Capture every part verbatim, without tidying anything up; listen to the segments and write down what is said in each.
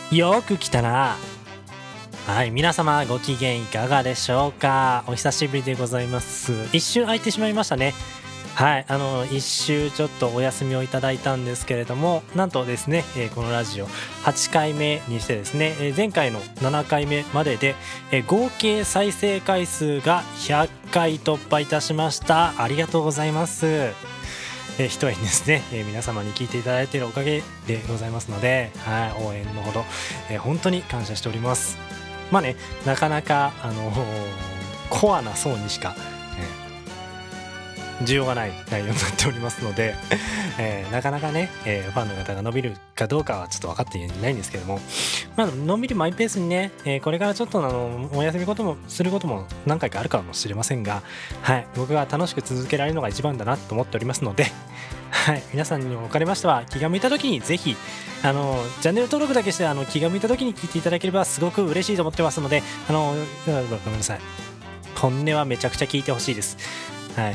よく来たな。はい、皆様ご機嫌いかがでしょうか。お久しぶりでございます。一瞬空いてしまいましたね。はい、あの一週ちょっとお休みをいただいたんですけれども、なんとですね、えーこのラジオはちかいめにしてですね、えー前回のななかいめまでで、えー合計再生回数がひゃっかい突破いたしました。ありがとうございます。えー、ひとえにですね、えー皆様に聞いていただいているおかげでございますので、はい、応援のほど、えー本当に感謝しております。まあね、なかなか、あのーコアな層にしか、えー需要がない内容になっておりますので、えーなかなかね、えーファンの方が伸びるかどうかはちょっと分かっていないんですけども、まあ、のんびりマイペースにね、えーこれからちょっとあのお休みこともすることも何回かあるかもしれませんが、はい、僕が楽しく続けられるのが一番だなと思っておりますので、はい、皆さんにおかれましては気が向いた時にぜひあのチャンネル登録だけしてあの気が向いた時に聞いていただければすごく嬉しいと思ってますので、あのごめんなさい、本音はめちゃくちゃ聞いてほしいです。はい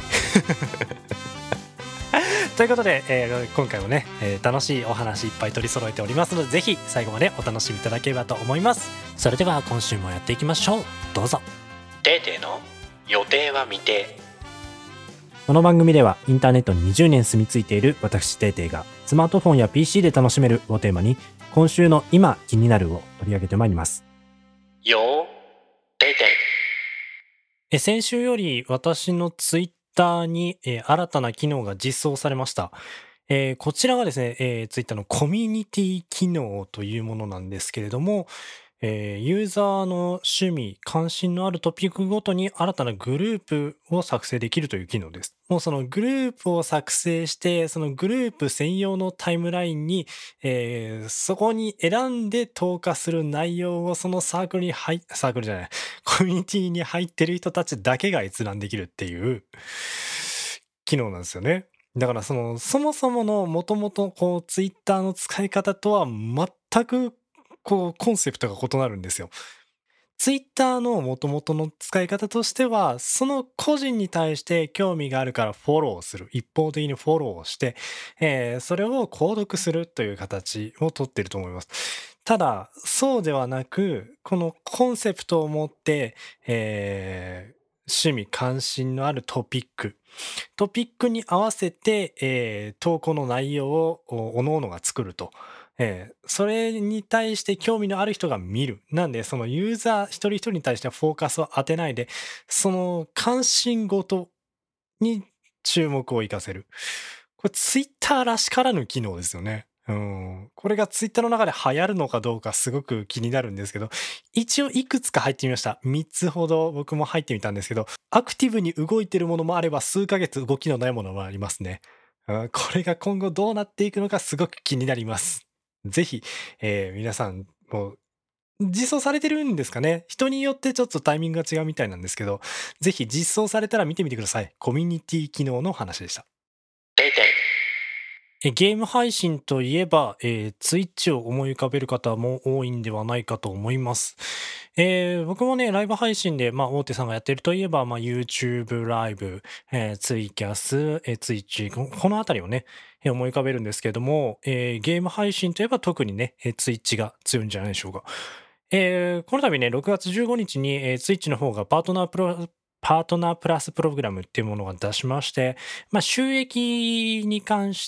ということで、えー今回もね、えー楽しいお話いっぱい取り揃えておりますので、ぜひ最後までお楽しみいただければと思います。それでは今週もやっていきましょう。どうぞ。 テーテーの予定は未定。 この番組ではインターネットににじゅうねん住み着いている私テーテーがスマートフォンや ピーシー で楽しめるをテーマに今週の今気になるを取り上げてまいります。 よーテーテえ先週より私のツイッターに、えー新たな機能が実装されました。えーこちらがですね、えー、ツイッターのコミュニティ機能というものなんですけれども、えーユーザーの趣味、関心のあるトピックごとに新たなグループを作成できるという機能です。もうそのグループを作成して、そのグループ専用のタイムラインに、えーそこに選んで投下する内容をそのサークルに入っ、サークルじゃない、コミュニティに入ってる人たちだけが閲覧できるっていう機能なんですよね。だからその、そもそものもともとこうツイッターの使い方とは全くこうコンセプトが異なるんですよ。ツイッターのもともとの使い方としては、その個人に対して興味があるからフォローする。一方的にフォローをして、えーそれを購読するという形をとっていると思います。ただ、そうではなく、このコンセプトを持って、えー趣味関心のあるトピック。トピックに合わせて、えー投稿の内容をお各々が作ると。えーそれに対して興味のある人が見る。なんで、そのユーザー一人一人に対してはフォーカスを当てないで、その関心ごとに注目をいかせる。これツイッターらしからぬ機能ですよね。うん。これがツイッターの中で流行るのかどうかすごく気になるんですけど、一応いくつか入ってみました。みっつほど僕も入ってみたんですけど、アクティブに動いてるものもあれば、数ヶ月動きのないものもありますね。うん、これが今後どうなっていくのかすごく気になります。ぜひ、えー皆さんも実装されてるんですかね。人によってちょっとタイミングが違うみたいなんですけど、ぜひ実装されたら見てみてください。コミュニティ機能の話でした。 テーテえゲーム配信といえば、えー、Twitch を思い浮かべる方も多いんではないかと思います。えー僕もね、ライブ配信で、まあ、大手さんがやってるといえば、まあ、YouTube ライブ、えー、ツイキャス、えー、Twitch、ここのあたりをね、えー思い浮かべるんですけども、えーゲーム配信といえば特にね、えー、Twitch が強いんじゃないでしょうか。えーこの度ね、ろくがつじゅうごにちに、えー、Twitch の方がパートナープロ、パートナープラスプログラムっていうものが出しまして、まあ、収益に関して、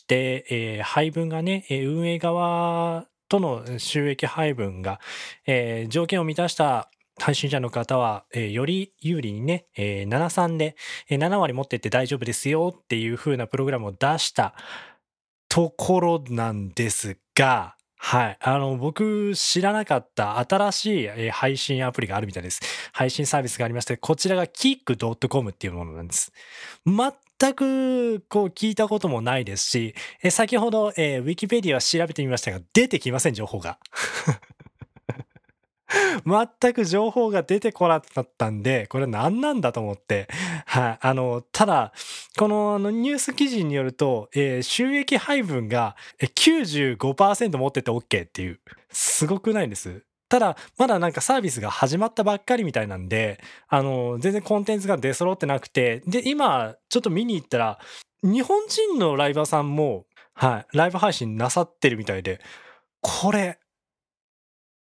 えー配分がね、えー運営側との収益配分が、えー条件を満たした配信者の方は、えーより有利にね、えーななさんで、えーなな割持ってって大丈夫ですよっていう風なプログラムを出したところなんですが、はい。あの、僕知らなかった新しい、えー配信アプリがあるみたいです。配信サービスがありまして、こちらが キックドットコム っていうものなんです。全くこう聞いたこともないですし、えー先ほど、えー、Wikipedia 調べてみましたが、出てきません、情報が。全く情報が出てこなかったんで、これ何なんだと思って。はい。あの、ただ、このあのニュース記事によると、えー収益配分がえきゅうじゅうごパーセント持ってて OK っていう、すごくないです。ただ、まだなんかサービスが始まったばっかりみたいなんで、あの、全然コンテンツが出揃ってなくて、で、今、ちょっと見に行ったら、日本人のライバーさんも、はい、ライブ配信なさってるみたいで、これ、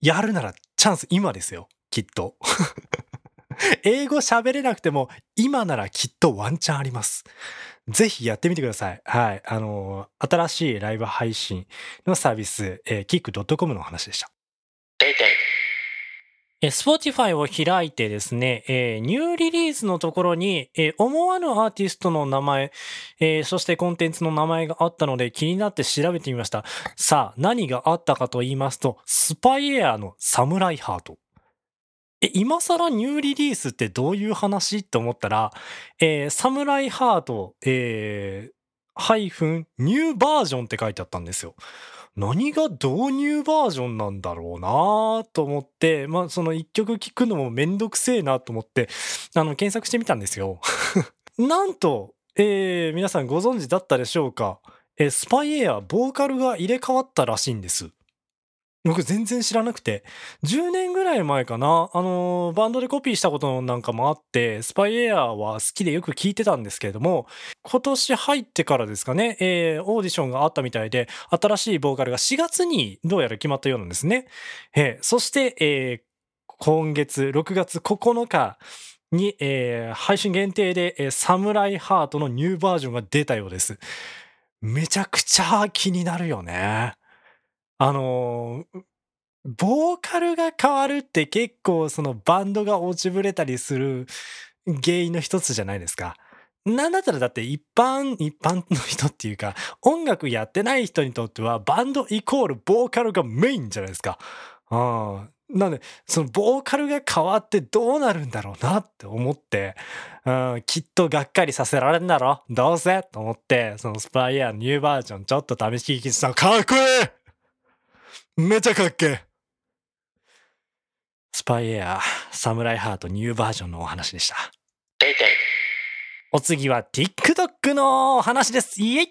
やるならチャンス今ですよ、きっと。英語喋れなくても、今ならきっとワンチャンあります。ぜひやってみてください。はい。あのー新しいライブ配信のサービス、えー、キックドットコム のお話でした。 定点えー、Spotify を開いてですね、えーニューリリースのところに、えー思わぬアーティストの名前、えーそしてコンテンツの名前があったので気になって調べてみました。さあ、何があったかと言いますと、スパイエアのサムライハート。え、今更ニューリリースってどういう話って思ったら、えーサムライハート、えーハイフン、ニューバージョンって書いてあったんですよ。何が導入バージョンなんだろうなと思って、まあ、その一曲聴くのもめんどくせえなと思って、あの、検索してみたんですよ。なんと、えー皆さんご存知だったでしょうか。えースパイエア、ボーカルが入れ替わったらしいんです。僕全然知らなくて、じゅうねんぐらい前かな、あの、バンドでコピーしたことなんかもあって、スパイエアは好きでよく聞いてたんですけれども、今年入ってからですかね、えーオーディションがあったみたいで、新しいボーカルがしがつにどうやら決まったようなんですね。えーそして、えー今月ろくがつここのかに、えー配信限定で、えーサムライハートのニューバージョンが出たようです。めちゃくちゃ気になるよね。あのーボーカルが変わるって結構そのバンドが落ちぶれたりする原因の一つじゃないですか。なんだったらだって一般一般の人っていうか、音楽やってない人にとってはバンドイコールボーカルがメインじゃないですか。ああ。なんで、そのボーカルが変わってどうなるんだろうなって思って、うん、きっとがっかりさせられるんだろどうせと思って、そのスパイアのニューバージョンちょっと試し聞きしたらかっこいいめちゃかっけえスパイエア、サムライハートニューバージョンのお話でした。 定点お次は TikTok のお話です。イエイ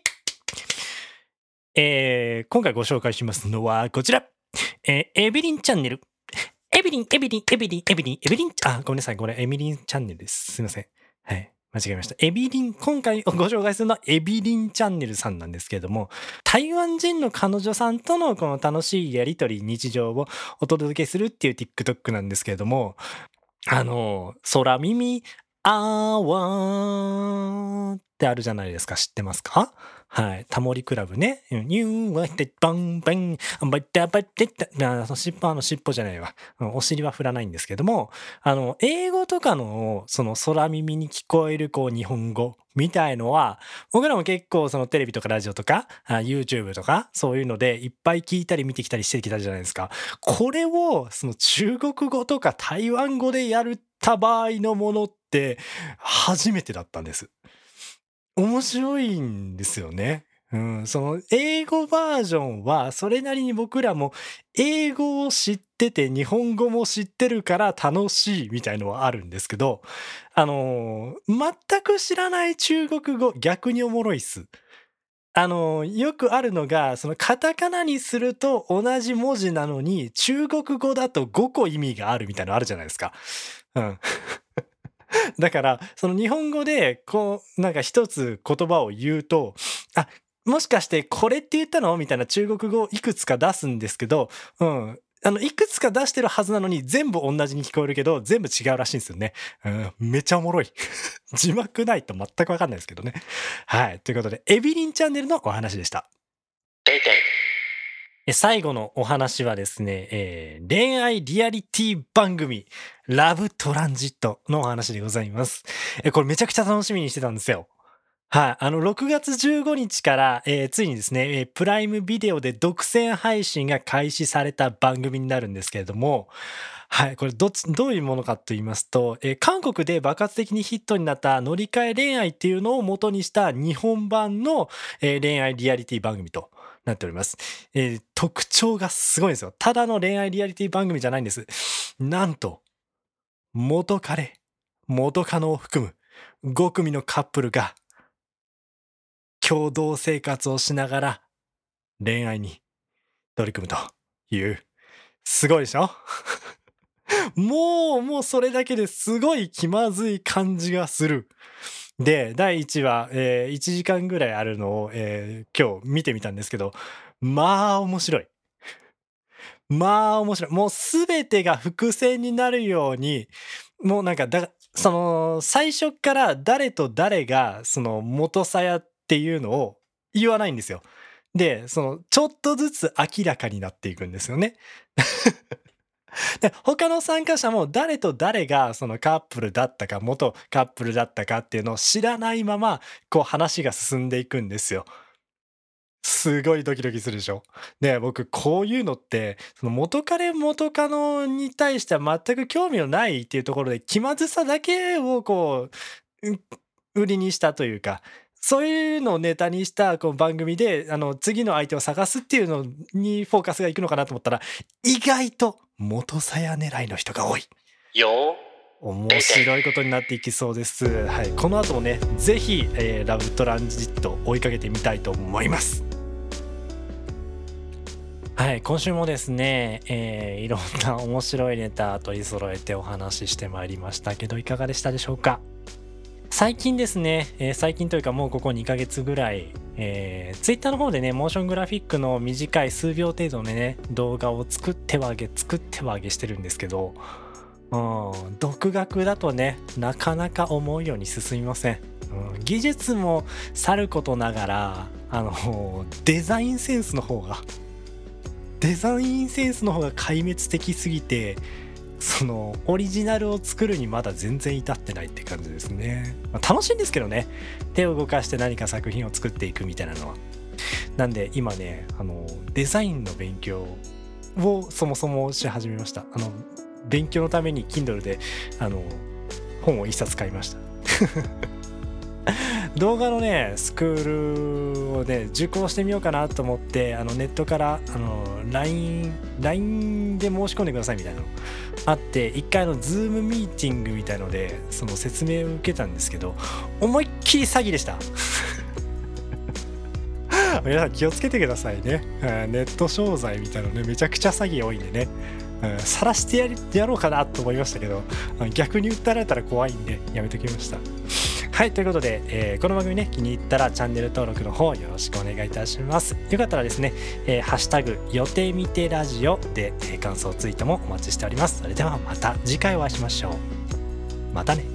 えー、今回ご紹介しますのはこちら。えーエビリンチャンネル。エビリン、エビリン、エビリン、エビリン、エビリン、あ、ごめんなさい。これエビリンチャンネルです。すいません。はい。間違えました。エビリン、今回ご紹介するのはエビリンチャンネルさんなんですけれども、台湾人の彼女さんとのこの楽しいやりとり、日常をお届けするっていう TikTok なんですけれども、あの、空耳アワーってあるじゃないですか。知ってますか？はい。タモリクラブね。ニューワイテバンバン、バイタバイテッタ、あ、尻尾、あの尻尾じゃないわ。うんお尻は振らないんですけども、あの、英語とかの、その空耳に聞こえるこう日本語みたいのは、僕らも結構そのテレビとかラジオとか、あ YouTube とか、そういうのでいっぱい聞いたり見てきたりしてきたじゃないですか。これを、その中国語とか台湾語でやるた場合のものって初めてだったんです。面白いんですよね。うん、その英語バージョンはそれなりに僕らも英語を知ってて日本語も知ってるから楽しいみたいのはあるんですけど、あのー全く知らない中国語逆におもろいっす。あのーよくあるのが、そのカタカナにすると同じ文字なのに中国語だとごこ意味があるみたいなのあるじゃないですか。うん。だから、その日本語で、こう、なんか一つ言葉を言うと、あ、もしかしてこれって言ったのみたいな中国語をいくつか出すんですけど、うん。あの、いくつか出してるはずなのに全部同じに聞こえるけど、全部違うらしいんですよね。うん、めちゃおもろい。字幕ないと全くわかんないですけどね。はい。ということで、エビリンチャンネルのお話でした。 定点え最後のお話はですね、えー恋愛リアリティ番組、ラブトランジットのお話でございます。えこれめちゃくちゃ楽しみにしてたんですよ。はい。あの、ろくがつじゅうごにちから、えーついにですね、えープライムビデオで独占配信が開始された番組になるんですけれども、はい。これどっち、どういうものかと言いますと、えー韓国で爆発的にヒットになった乗り換え恋愛っていうのを元にした日本版の、えー恋愛リアリティ番組となっております。えー特徴がすごいんですよ。ただの恋愛リアリティ番組じゃないんです。なんと、元彼、元カノを含むご組のカップルが共同生活をしながら恋愛に取り組むという、すごいでしょもう、もうそれだけですごい気まずい感じがする。で、だいいちわ、えーいちじかんぐらいあるのを、えー今日見てみたんですけど、まあ面白い。 まあ面白い。もう全てが伏線になるように、もうなんかだその最初から誰と誰がその元さやっていうのを言わないんですよ。で、そのちょっとずつ明らかになっていくんですよね。で、他の参加者も誰と誰がそのカップルだったか、元カップルだったかっていうのを知らないまま、こう話が進んでいくんですよ。すごいドキドキするでしょ。で、僕こういうのって、その元彼元カノに対しては全く興味のないっていうところで、気まずさだけをこう、うん、売りにしたというか、そういうのをネタにしたこう番組で、あの、次の相手を探すっていうのにフォーカスがいくのかなと思ったら、意外と元さや狙いの人が多い。 よ面白いことになっていきそうです。はい、この後もね、ぜひ、えーラブトランジット追いかけてみたいと思います。はい、今週もですね、えーいろんな面白いネタ取り揃えてお話ししてまいりましたけど、いかがでしたでしょうか。最近ですね、えー最近というかもうここにかげつぐらい、えー、Twitter の方でね、モーショングラフィックの短い数秒程度のね、動画を作ってはあげ、作ってはあげしてるんですけど、うん、独学だとね、なかなか思うように進みません。うん、技術もさることながら、あの、デザインセンスの方が、デザインセンスの方が壊滅的すぎて、そのオリジナルを作るにまだ全然至ってないって感じですね。まあ、楽しいんですけどね、手を動かして何か作品を作っていくみたいなのは。なんで今ね、あのデザインの勉強をそもそもし始めました。あの勉強のために Kindle であの本を一冊買いました。動画のねスクールをね受講してみようかなと思って、あのネットからあの ライン, ラインで申し込んでくださいみたいなのあって、一回のズームミーティングみたいのでその説明を受けたんですけど、思いっきり詐欺でした。皆さん気をつけてくださいね。ネット商材みたいなのね、めちゃくちゃ詐欺多いんでね、晒してやりやろうかなと思いましたけど、逆に訴えられたら怖いんでやめときました。はい、ということで、えーこの番組ね気に入ったらチャンネル登録の方よろしくお願いいたします。よかったらですね、えーハッシュタグ予定見てラジオで、えー感想ツイートもお待ちしております。それではまた次回お会いしましょう。またね。